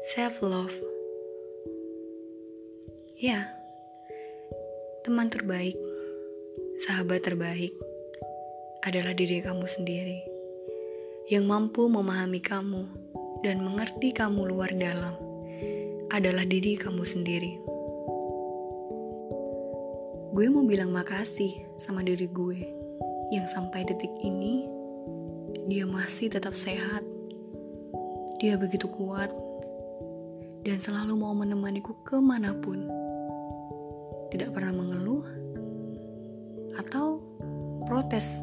Self love. Ya, teman terbaik, sahabat terbaik adalah diri kamu sendiri yang mampu memahami kamu dan mengerti kamu luar dalam adalah diri kamu sendiri. Gue mau bilang makasih sama diri gue yang sampai detik ini dia masih tetap sehat. Dia begitu kuat dan selalu mau menemaniku kemanapun. Tidak pernah mengeluh atau protes.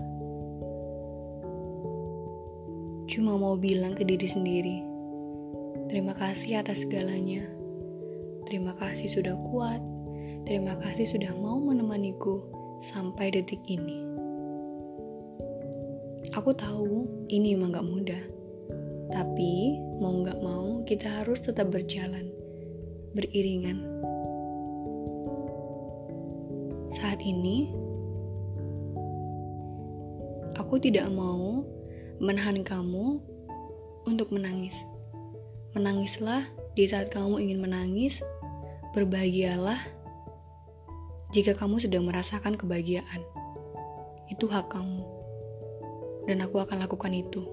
Cuma mau bilang ke diri sendiri, terima kasih atas segalanya. Terima kasih sudah kuat. Terima kasih sudah mau menemaniku sampai detik ini. Aku tahu ini emang gak mudah. Tapi mau gak mau kita harus tetap berjalan, beriringan. Saat ini, aku tidak mau menahan kamu untuk menangis. Menangislah di saat kamu ingin menangis, berbahagialah jika kamu sedang merasakan kebahagiaan. Itu hak kamu, dan aku akan lakukan itu.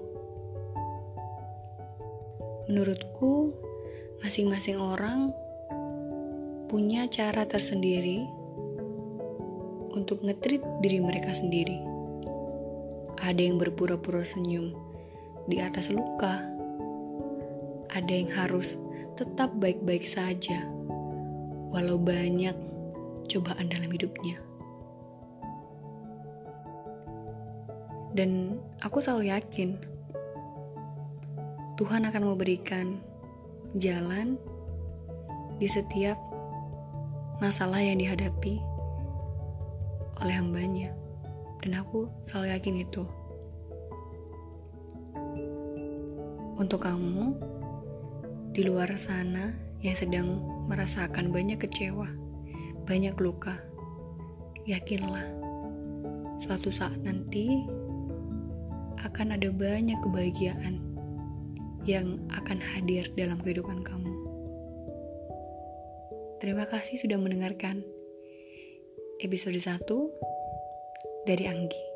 Menurutku, masing-masing orang punya cara tersendiri untuk nge-treat diri mereka sendiri. Ada yang berpura-pura senyum di atas luka. Ada yang harus tetap baik-baik saja, walau banyak cobaan dalam hidupnya. Dan aku selalu yakin Tuhan akan memberikan jalan di setiap masalah yang dihadapi oleh hambanya. Dan aku selalu yakin itu. Untuk kamu di luar sana yang sedang merasakan banyak kecewa, banyak luka, yakinlah suatu saat nanti akan ada banyak kebahagiaan yang akan hadir dalam kehidupan kamu. Terima kasih sudah mendengarkan episode 1 dari Anggi.